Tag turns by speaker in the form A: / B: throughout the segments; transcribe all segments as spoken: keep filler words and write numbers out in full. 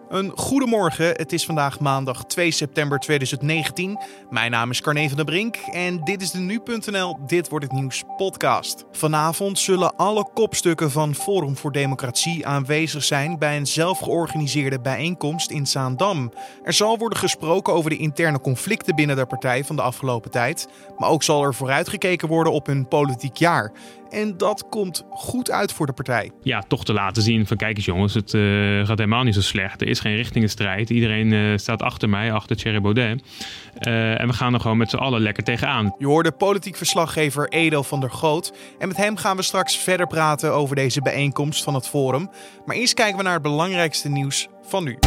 A: Een goedemorgen, het is vandaag maandag twee september tweeduizend negentien. Mijn naam is Carne van der Brink en dit is de nu punt n l Dit wordt het nieuws podcast. Vanavond zullen alle kopstukken van Forum voor Democratie aanwezig zijn bij een zelfgeorganiseerde bijeenkomst in Zaandam. Er zal worden gesproken over de interne conflicten binnen de partij van de afgelopen tijd, maar ook zal er vooruitgekeken worden op hun politiek jaar. En dat komt goed uit voor de partij.
B: Ja, toch te laten zien van kijk eens jongens, het uh, gaat helemaal niet zo slecht. Er is geen richtingenstrijd. Iedereen uh, staat achter mij, achter Thierry Baudet. Uh, en we gaan er gewoon met z'n allen lekker tegenaan.
A: Je hoorde politiek verslaggever Edo van der Goot. En met hem gaan we straks verder praten over deze bijeenkomst van het Forum. Maar eerst kijken we naar het belangrijkste nieuws van nu.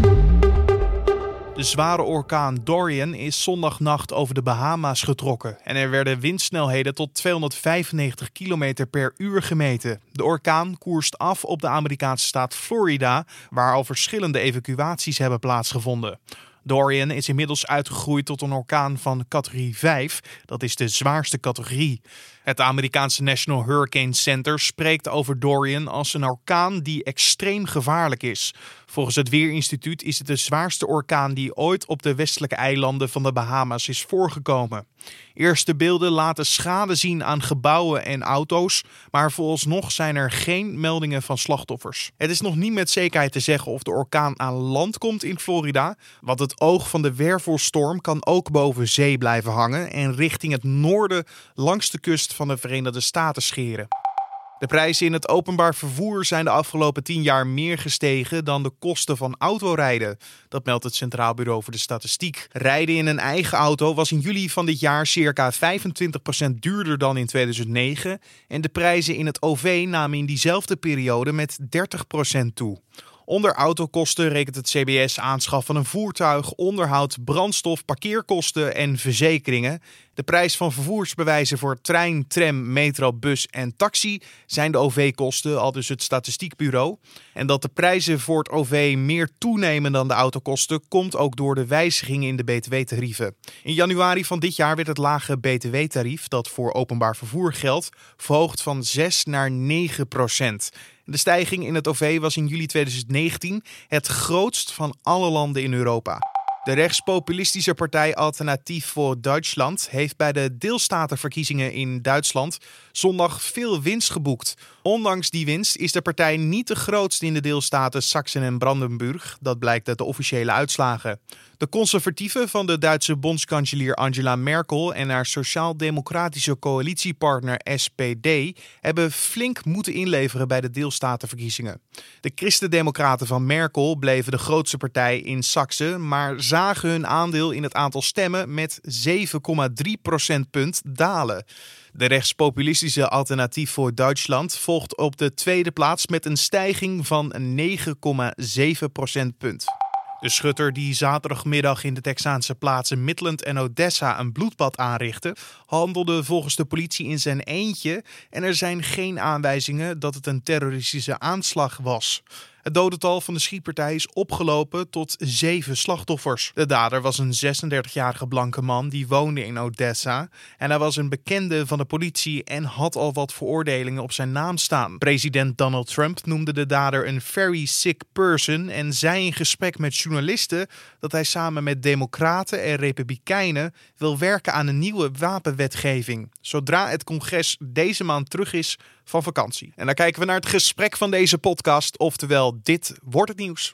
A: De zware orkaan Dorian is zondagnacht over de Bahama's getrokken en er werden windsnelheden tot tweehonderdvijfennegentig kilometer per uur gemeten. De orkaan koerst af op de Amerikaanse staat Florida, waar al verschillende evacuaties hebben plaatsgevonden. Dorian is inmiddels uitgegroeid tot een orkaan van categorie vijf, dat is de zwaarste categorie. Het Amerikaanse National Hurricane Center spreekt over Dorian als een orkaan die extreem gevaarlijk is. Volgens het Weerinstituut is het de zwaarste orkaan die ooit op de westelijke eilanden van de Bahama's is voorgekomen. Eerste beelden laten schade zien aan gebouwen en auto's, maar vooralsnog zijn er geen meldingen van slachtoffers. Het is nog niet met zekerheid te zeggen of de orkaan aan land komt in Florida, want het oog van de wervelstorm kan ook boven zee blijven hangen en richting het noorden langs de kust van de Verenigde Staten scheren. De prijzen in het openbaar vervoer zijn de afgelopen tien jaar meer gestegen dan de kosten van autorijden. Dat meldt het Centraal Bureau voor de Statistiek. Rijden in een eigen auto was in juli van dit jaar circa vijfentwintig procent duurder dan in tweeduizend negen. En de prijzen in het O V namen in diezelfde periode met dertig procent toe. Onder autokosten rekent het C B S aanschaf van een voertuig, onderhoud, brandstof, parkeerkosten en verzekeringen. De prijs van vervoersbewijzen voor trein, tram, metro, bus en taxi zijn de O V-kosten, aldus het Statistiekbureau. En dat de prijzen voor het O V meer toenemen dan de autokosten komt ook door de wijzigingen in de B T W-tarieven. In januari van dit jaar werd het lage B T W-tarief, dat voor openbaar vervoer geldt, verhoogd van zes naar negen procent. De stijging in het O V was in juli tweeduizend negentien het grootst van alle landen in Europa. De rechtspopulistische partij Alternatief voor Duitsland heeft bij de deelstatenverkiezingen in Duitsland zondag veel winst geboekt. Ondanks die winst is de partij niet de grootste in de deelstaten Sachsen en Brandenburg. Dat blijkt uit de officiële uitslagen. De conservatieven van de Duitse bondskanselier Angela Merkel en haar sociaal-democratische coalitiepartner S P D hebben flink moeten inleveren bij de deelstatenverkiezingen. De christendemocraten van Merkel bleven de grootste partij in Sachsen, maar zagen hun aandeel in het aantal stemmen met zeven komma drie procentpunt dalen. De rechtspopulistische Alternatief voor Duitsland volgt op de tweede plaats met een stijging van negen komma zeven procentpunt. De schutter die zaterdagmiddag in de Texaanse plaatsen Midland en Odessa een bloedbad aanrichtte, handelde volgens de politie in zijn eentje en er zijn geen aanwijzingen dat het een terroristische aanslag was. Het dodental van de schietpartij is opgelopen tot zeven slachtoffers. De dader was een zesendertigjarige blanke man die woonde in Odessa en hij was een bekende van de politie en had al wat veroordelingen op zijn naam staan. President Donald Trump noemde de dader een very sick person en zei in gesprek met journalisten dat hij samen met democraten en republikeinen wil werken aan een nieuwe wapenwetgeving, zodra het congres deze maand terug is van vakantie. En dan kijken we naar het gesprek van deze podcast, oftewel dit wordt het nieuws.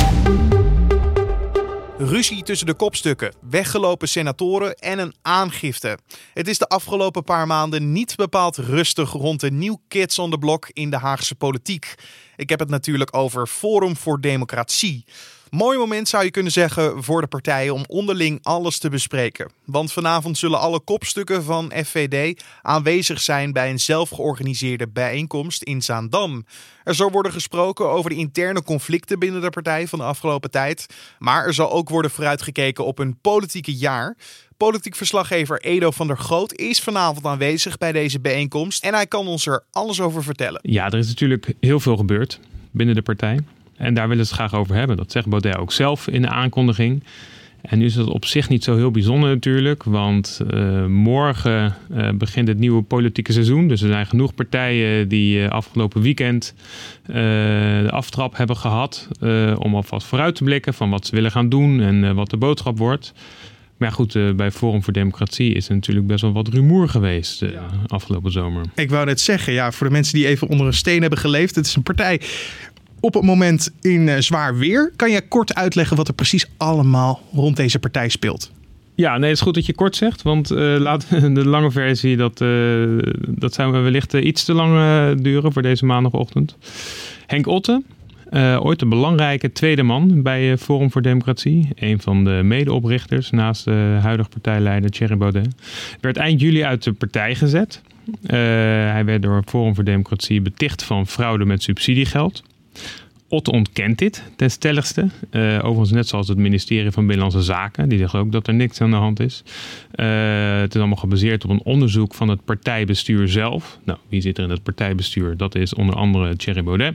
A: Ruzie tussen de kopstukken, weggelopen senatoren en een aangifte. Het is de afgelopen paar maanden niet bepaald rustig rond de New Kids on the Block in de Haagse politiek. Ik heb het natuurlijk over Forum voor Democratie. Mooi moment zou je kunnen zeggen voor de partijen om onderling alles te bespreken. Want vanavond zullen alle kopstukken van F V D aanwezig zijn bij een zelfgeorganiseerde bijeenkomst in Zaandam. Er zal worden gesproken over de interne conflicten binnen de partij van de afgelopen tijd. Maar er zal ook worden vooruitgekeken op een politieke jaar. Politiek verslaggever Edo van der Goot is vanavond aanwezig bij deze bijeenkomst en hij kan ons er alles over vertellen.
B: Ja, er is natuurlijk heel veel gebeurd binnen de partij. En daar willen ze het graag over hebben. Dat zegt Baudet ook zelf in de aankondiging. En nu is dat op zich niet zo heel bijzonder natuurlijk, want uh, morgen uh, begint het nieuwe politieke seizoen. Dus er zijn genoeg partijen die uh, afgelopen weekend uh, de aftrap hebben gehad uh, om alvast vooruit te blikken van wat ze willen gaan doen en uh, wat de boodschap wordt. Maar ja, goed, uh, bij Forum voor Democratie is er natuurlijk best wel wat rumoer geweest uh, ja. afgelopen zomer.
A: Ik wou net zeggen, ja, voor de mensen die even onder een steen hebben geleefd, het is een partij op het moment in uh, zwaar weer. Kan je kort uitleggen wat er precies allemaal rond deze partij speelt?
B: Ja, nee, het is goed dat je kort zegt, want uh, laat de lange versie, dat, uh, dat zou wellicht uh, iets te lang uh, duren voor deze maandagochtend. Henk Otte, uh, ooit een belangrijke tweede man bij uh, Forum voor Democratie. Een van de medeoprichters naast de huidige partijleider Thierry Baudet. Werd eind juli uit de partij gezet. Uh, hij werd door Forum voor Democratie beticht van fraude met subsidiegeld. Otte ontkent dit ten stelligste. Uh, overigens net zoals het ministerie van Binnenlandse Zaken. Die zegt ook dat er niks aan de hand is. Uh, het is allemaal gebaseerd op een onderzoek van het partijbestuur zelf. Nou, wie zit er in het partijbestuur? Dat is onder andere Thierry Baudet.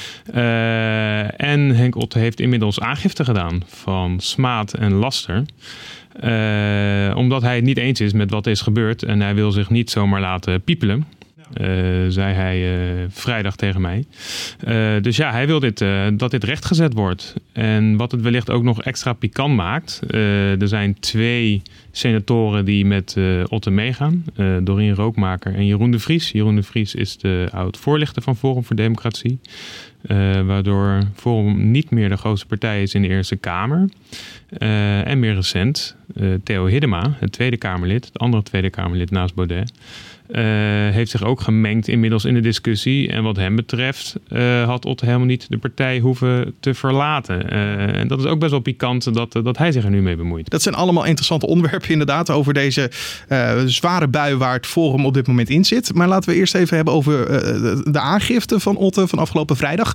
B: Uh, en Henk Otte heeft inmiddels aangifte gedaan van smaad en laster. Uh, omdat hij het niet eens is met wat is gebeurd. En hij wil zich niet zomaar laten piepelen. Uh, zei hij uh, vrijdag tegen mij. Uh, dus ja, hij wil dit, uh, dat dit rechtgezet wordt. En wat het wellicht ook nog extra pikant maakt. Uh, er zijn twee senatoren die met uh, Otte meegaan. Uh, Dorien Rookmaker en Jeroen de Vries. Jeroen de Vries is de oud-voorlichter van Forum voor Democratie. Uh, waardoor Forum niet meer de grootste partij is in de Eerste Kamer. Uh, en meer recent, uh, Theo Hiddema, het Tweede Kamerlid, het andere Tweede Kamerlid naast Baudet, uh, heeft zich ook gemengd inmiddels in de discussie. En wat hem betreft uh, had Otte helemaal niet de partij hoeven te verlaten. Uh, en dat is ook best wel pikant dat, dat hij zich er nu mee bemoeit.
A: Dat zijn allemaal interessante onderwerpen inderdaad over deze uh, zware bui waar het Forum op dit moment in zit. Maar laten we eerst even hebben over uh, de, de aangifte van Otte van afgelopen vrijdag.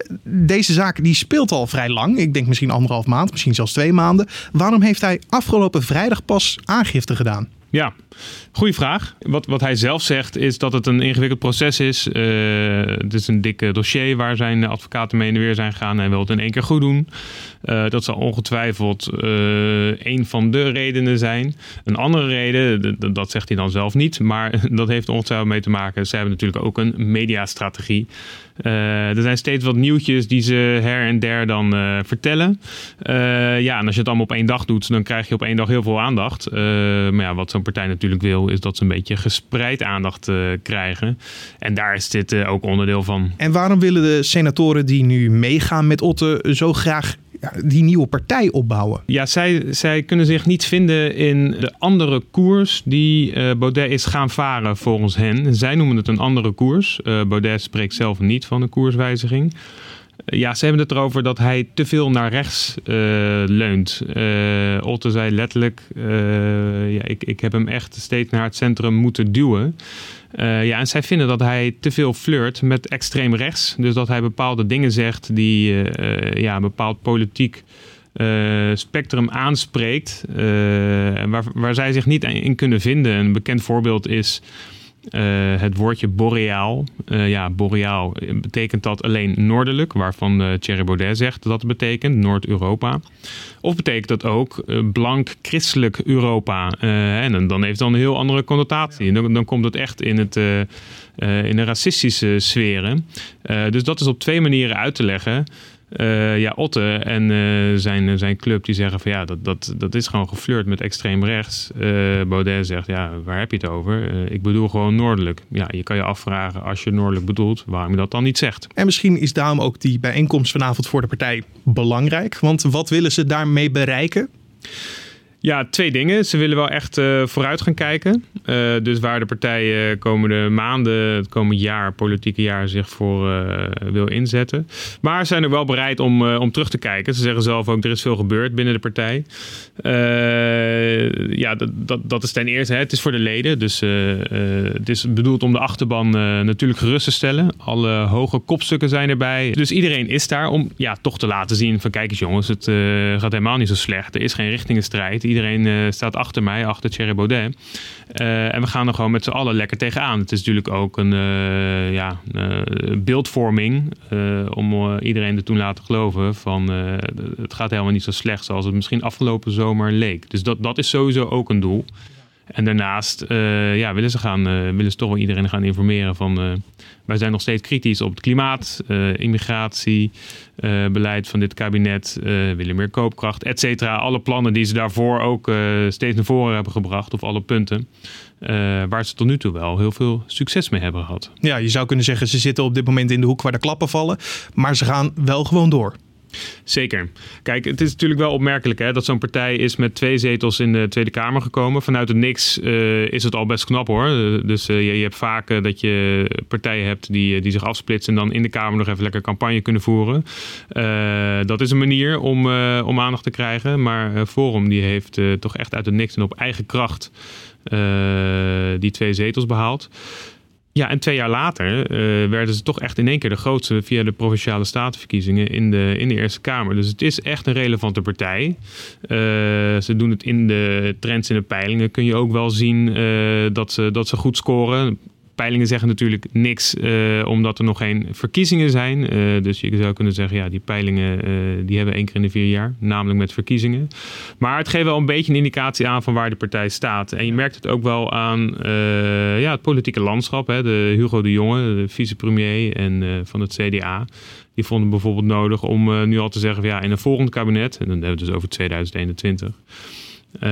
A: Deze zaak die speelt al vrij lang. Ik denk misschien anderhalf maand, misschien zelfs twee maanden. Waarom heeft hij afgelopen vrijdag pas aangifte gedaan?
B: Ja, goede vraag. Wat, wat hij zelf zegt is dat het een ingewikkeld proces is. Uh, het is een dik dossier waar zijn advocaten mee in de weer zijn gegaan. Hij wil het in één keer goed doen. Uh, dat zal ongetwijfeld uh, een van de redenen zijn. Een andere reden, d- dat zegt hij dan zelf niet. Maar dat heeft ongetwijfeld mee te maken. Ze hebben natuurlijk ook een mediastrategie. Uh, er zijn steeds wat nieuwtjes die ze her en der dan uh, vertellen. Uh, ja, en als je het allemaal op één dag doet, dan krijg je op één dag heel veel aandacht. Uh, maar ja, wat zo'n partij natuurlijk wil, is dat ze een beetje gespreid aandacht uh, krijgen. En daar is dit uh, ook onderdeel van.
A: En waarom willen de senatoren die nu meegaan met Otte zo graag ja, die nieuwe partij opbouwen?
B: Ja, zij, zij kunnen zich niet vinden in de andere koers die uh, Baudet is gaan varen volgens hen. Zij noemen het een andere koers. Uh, Baudet spreekt zelf niet van een koerswijziging. Uh, ja, ze hebben het erover dat hij te veel naar rechts uh, leunt. Uh, Otte zei letterlijk, uh, ja, ik, ik heb hem echt steeds naar het centrum moeten duwen. Uh, ja, en zij vinden dat hij te veel flirt met extreem rechts. Dus dat hij bepaalde dingen zegt die uh, ja, een bepaald politiek uh, spectrum aanspreekt. Uh, waar, waar zij zich niet in kunnen vinden. Een bekend voorbeeld is uh, het woordje boreaal. Uh, ja, boreaal betekent dat alleen noordelijk, waarvan uh, Thierry Baudet zegt dat het betekent, Noord-Europa. Of betekent dat ook uh, blank christelijk Europa? Uh, en dan heeft het dan een heel andere connotatie. Dan, dan komt het echt in, het, uh, uh, in de racistische sferen. Uh, dus dat is op twee manieren uit te leggen. Uh, ja, Otte en uh, zijn, zijn club die zeggen van ja, dat, dat, dat is gewoon geflirt met extreem rechts. Uh, Baudet zegt ja, waar heb je het over? Uh, ik bedoel gewoon noordelijk. Ja, je kan je afvragen als je noordelijk bedoelt, waarom je dat dan niet zegt.
A: En misschien is daarom ook die bijeenkomst vanavond voor de partij belangrijk. Want wat willen ze daarmee bereiken?
B: Ja, twee dingen. Ze willen wel echt uh, vooruit gaan kijken. Uh, dus waar de partij uh, komende maanden, het komende jaar, politieke jaar zich voor uh, wil inzetten. Maar ze zijn er wel bereid om, uh, om terug te kijken. Ze zeggen zelf ook, er is veel gebeurd binnen de partij. Uh, ja, dat, dat, dat is ten eerste. Hè. Het is voor de leden. Dus uh, uh, het is bedoeld om de achterban uh, natuurlijk gerust te stellen. Alle hoge kopstukken zijn erbij. Dus iedereen is daar om ja, toch te laten zien van kijk eens jongens, het uh, gaat helemaal niet zo slecht. Er is geen richtingenstrijd. Iedereen uh, staat achter mij, achter Thierry Baudet. Uh, en we gaan er gewoon met z'n allen lekker tegenaan. Het is natuurlijk ook een uh, ja, uh, beeldvorming uh, om uh, iedereen er toen laten geloven van uh, het gaat helemaal niet zo slecht zoals het misschien afgelopen zomer leek. Dus dat, dat is sowieso ook een doel. En daarnaast uh, ja, willen, ze gaan, uh, willen ze toch wel iedereen gaan informeren van uh, wij zijn nog steeds kritisch op het klimaat, uh, immigratie, uh, beleid van dit kabinet, uh, willen meer koopkracht, et cetera. Alle plannen die ze daarvoor ook uh, steeds naar voren hebben gebracht, of alle punten. Uh, waar ze tot nu toe wel heel veel succes mee hebben gehad.
A: Ja, je zou kunnen zeggen ze zitten op dit moment in de hoek waar de klappen vallen, maar ze gaan wel gewoon door.
B: Zeker. Kijk, het is natuurlijk wel opmerkelijk hè, dat zo'n partij is met twee zetels in de Tweede Kamer gekomen. Vanuit het niks uh, is het al best knap hoor. Uh, dus uh, je, je hebt vaak uh, dat je partijen hebt die, die zich afsplitsen en dan in de Kamer nog even lekker campagne kunnen voeren. Uh, dat is een manier om, uh, om aandacht te krijgen. Maar uh, Forum die heeft uh, toch echt uit het niks en op eigen kracht uh, die twee zetels behaald. Ja, en twee jaar later uh, werden ze toch echt in één keer de grootste via de Provinciale Statenverkiezingen in de, in de Eerste Kamer. Dus het is echt een relevante partij. Uh, ze doen het in de trends in de peilingen. Kun je ook wel zien uh, dat, ze, dat ze goed scoren. Peilingen zeggen natuurlijk niks, uh, omdat er nog geen verkiezingen zijn. Uh, dus je zou kunnen zeggen, ja, die peilingen uh, die hebben één keer in de vier jaar. Namelijk met verkiezingen. Maar het geeft wel een beetje een indicatie aan van waar de partij staat. En je merkt het ook wel aan uh, ja, het politieke landschap. Hè. De Hugo de Jonge, de vicepremier en uh, van het C D A. Die vonden bijvoorbeeld nodig om uh, nu al te zeggen, ja, in een volgend kabinet. En dan hebben we het dus over tweeduizend eenentwintig. Uh,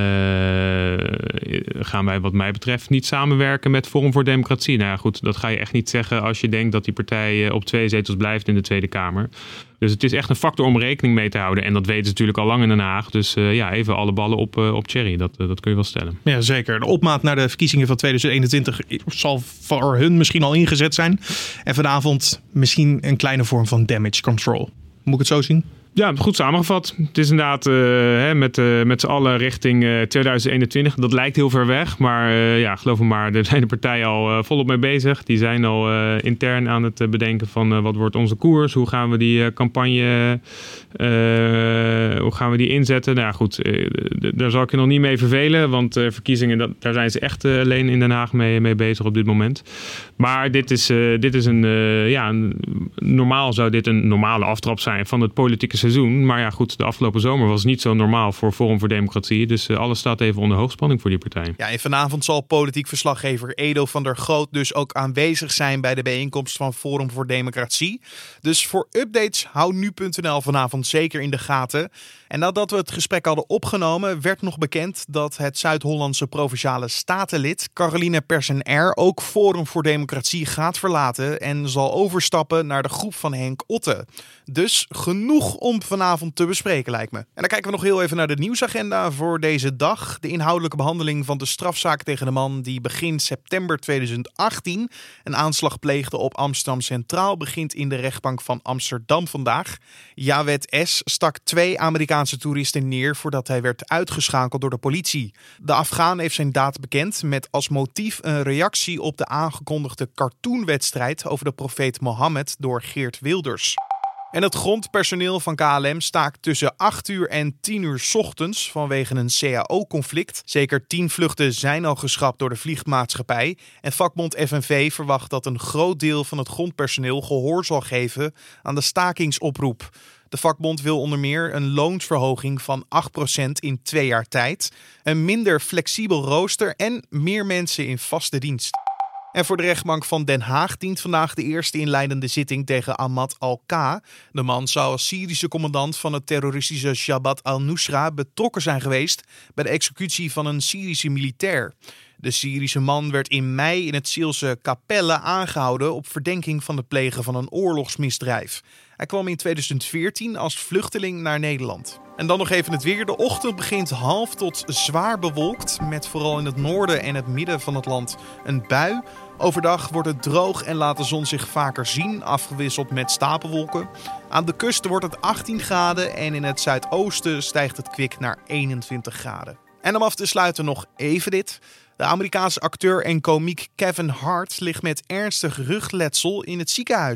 B: gaan wij wat mij betreft niet samenwerken met Forum voor Democratie. Nou ja, goed, dat ga je echt niet zeggen als je denkt dat die partij op twee zetels blijft in de Tweede Kamer. Dus het is echt een factor om rekening mee te houden. En dat weten ze natuurlijk al lang in Den Haag. Dus uh, ja, even alle ballen op, uh, op Thierry. Dat, uh, dat kun je wel stellen.
A: Ja, zeker. De opmaat naar de verkiezingen van tweeduizend eenentwintig zal voor hun misschien al ingezet zijn. En vanavond misschien een kleine vorm van damage control. Moet ik het zo zien?
B: Ja, goed samengevat. Het is inderdaad uh, hè, met, uh, met z'n allen richting uh, tweeduizend eenentwintig. Dat lijkt heel ver weg. Maar uh, ja, geloof me maar, daar zijn de partijen al uh, volop mee bezig. Die zijn al uh, intern aan het uh, bedenken van uh, wat wordt onze koers? Hoe gaan we die uh, campagne uh, hoe gaan we die inzetten? Nou ja, goed, uh, d- daar zal ik je nog niet mee vervelen. Want uh, verkiezingen, dat, daar zijn ze echt uh, alleen in Den Haag mee, mee bezig op dit moment. Maar dit is, uh, dit is een, uh, ja, een, normaal zou dit een normale aftrap zijn van het politieke seizoen. Maar ja, goed, de afgelopen zomer was niet zo normaal voor Forum voor Democratie. Dus uh, alles staat even onder hoogspanning voor die partij.
A: Ja, en vanavond zal politiek verslaggever Edo van der Groot dus ook aanwezig zijn bij de bijeenkomst van Forum voor Democratie. Dus voor updates hou nu punt n l vanavond zeker in de gaten. En nadat we het gesprek hadden opgenomen, werd nog bekend dat het Zuid-Hollandse Provinciale Statenlid Caroline Persen-Air ook Forum voor Democratie gaat verlaten en zal overstappen naar de groep van Henk Otte. Dus genoeg om vanavond te bespreken, lijkt me. En dan kijken we nog heel even naar de nieuwsagenda voor deze dag. De inhoudelijke behandeling van de strafzaak tegen de man die begin september tweeduizend achttien een aanslag pleegde op Amsterdam Centraal begint in de rechtbank van Amsterdam vandaag. Jawed S. stak twee Amerikaanse toeristen neer voordat hij werd uitgeschakeld door de politie. De Afghaan heeft zijn daad bekend met als motief een reactie op de aangekondigde cartoonwedstrijd over de profeet Mohammed door Geert Wilders. En het grondpersoneel van K L M staakt tussen acht uur en tien uur 's ochtends vanwege een C A O-conflict. Zeker tien vluchten zijn al geschrapt door de vliegmaatschappij. En vakbond F N V verwacht dat een groot deel van het grondpersoneel gehoor zal geven aan de stakingsoproep. De vakbond wil onder meer een loonsverhoging van acht procent in twee jaar tijd, een minder flexibel rooster en meer mensen in vaste dienst. En voor de rechtbank van Den Haag dient vandaag de eerste inleidende zitting tegen Ahmad al-K. De man zou als Syrische commandant van het terroristische Jabhat al-Nusra betrokken zijn geweest bij de executie van een Syrische militair. De Syrische man werd in mei in het Zeelse Capelle aangehouden op verdenking van het plegen van een oorlogsmisdrijf. Hij kwam in tweeduizend veertien als vluchteling naar Nederland. En dan nog even het weer. De ochtend begint half tot zwaar bewolkt, met vooral in het noorden en het midden van het land een bui. Overdag wordt het droog en laat de zon zich vaker zien, afgewisseld met stapelwolken. Aan de kust wordt het achttien graden en in het zuidoosten stijgt het kwik naar eenentwintig graden. En om af te sluiten nog even dit. De Amerikaanse acteur en komiek Kevin Hart ligt met ernstig rugletsel in het ziekenhuis.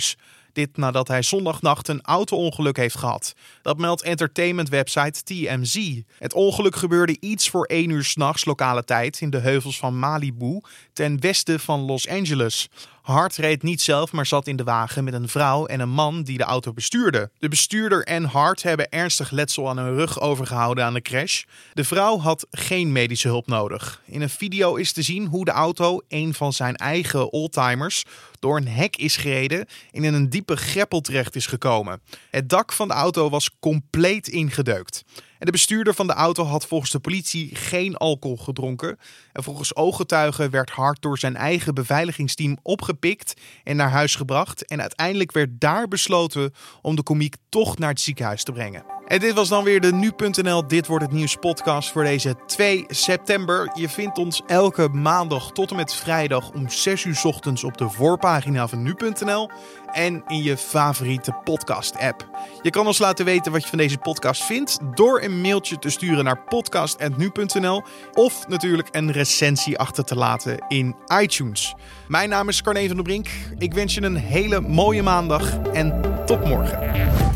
A: Dit nadat hij zondagnacht een auto-ongeluk heeft gehad. Dat meldt entertainmentwebsite T M Z. Het ongeluk gebeurde iets voor één uur 's nachts lokale tijd in de heuvels van Malibu ten westen van Los Angeles. Hart reed niet zelf, maar zat in de wagen met een vrouw en een man die de auto bestuurde. De bestuurder en Hart hebben ernstig letsel aan hun rug overgehouden aan de crash. De vrouw had geen medische hulp nodig. In een video is te zien hoe de auto, een van zijn eigen oldtimers, door een hek is gereden en in een diepe greppel terecht is gekomen. Het dak van de auto was compleet ingedeukt. En de bestuurder van de auto had volgens de politie geen alcohol gedronken. En volgens ooggetuigen werd Hart door zijn eigen beveiligingsteam opgepikt en naar huis gebracht. En uiteindelijk werd daar besloten om de komiek toch naar het ziekenhuis te brengen. En dit was dan weer de nu punt n l Dit Wordt Het Nieuws podcast voor deze twee september. Je vindt ons elke maandag tot en met vrijdag om zes uur 's ochtends op de voorpagina van nu punt n l en in je favoriete podcast app. Je kan ons laten weten wat je van deze podcast vindt door een mailtje te sturen naar podcast punt nu punt n l of natuurlijk een recensie achter te laten in iTunes. Mijn naam is Carne van der Brink. Ik wens je een hele mooie maandag en tot morgen.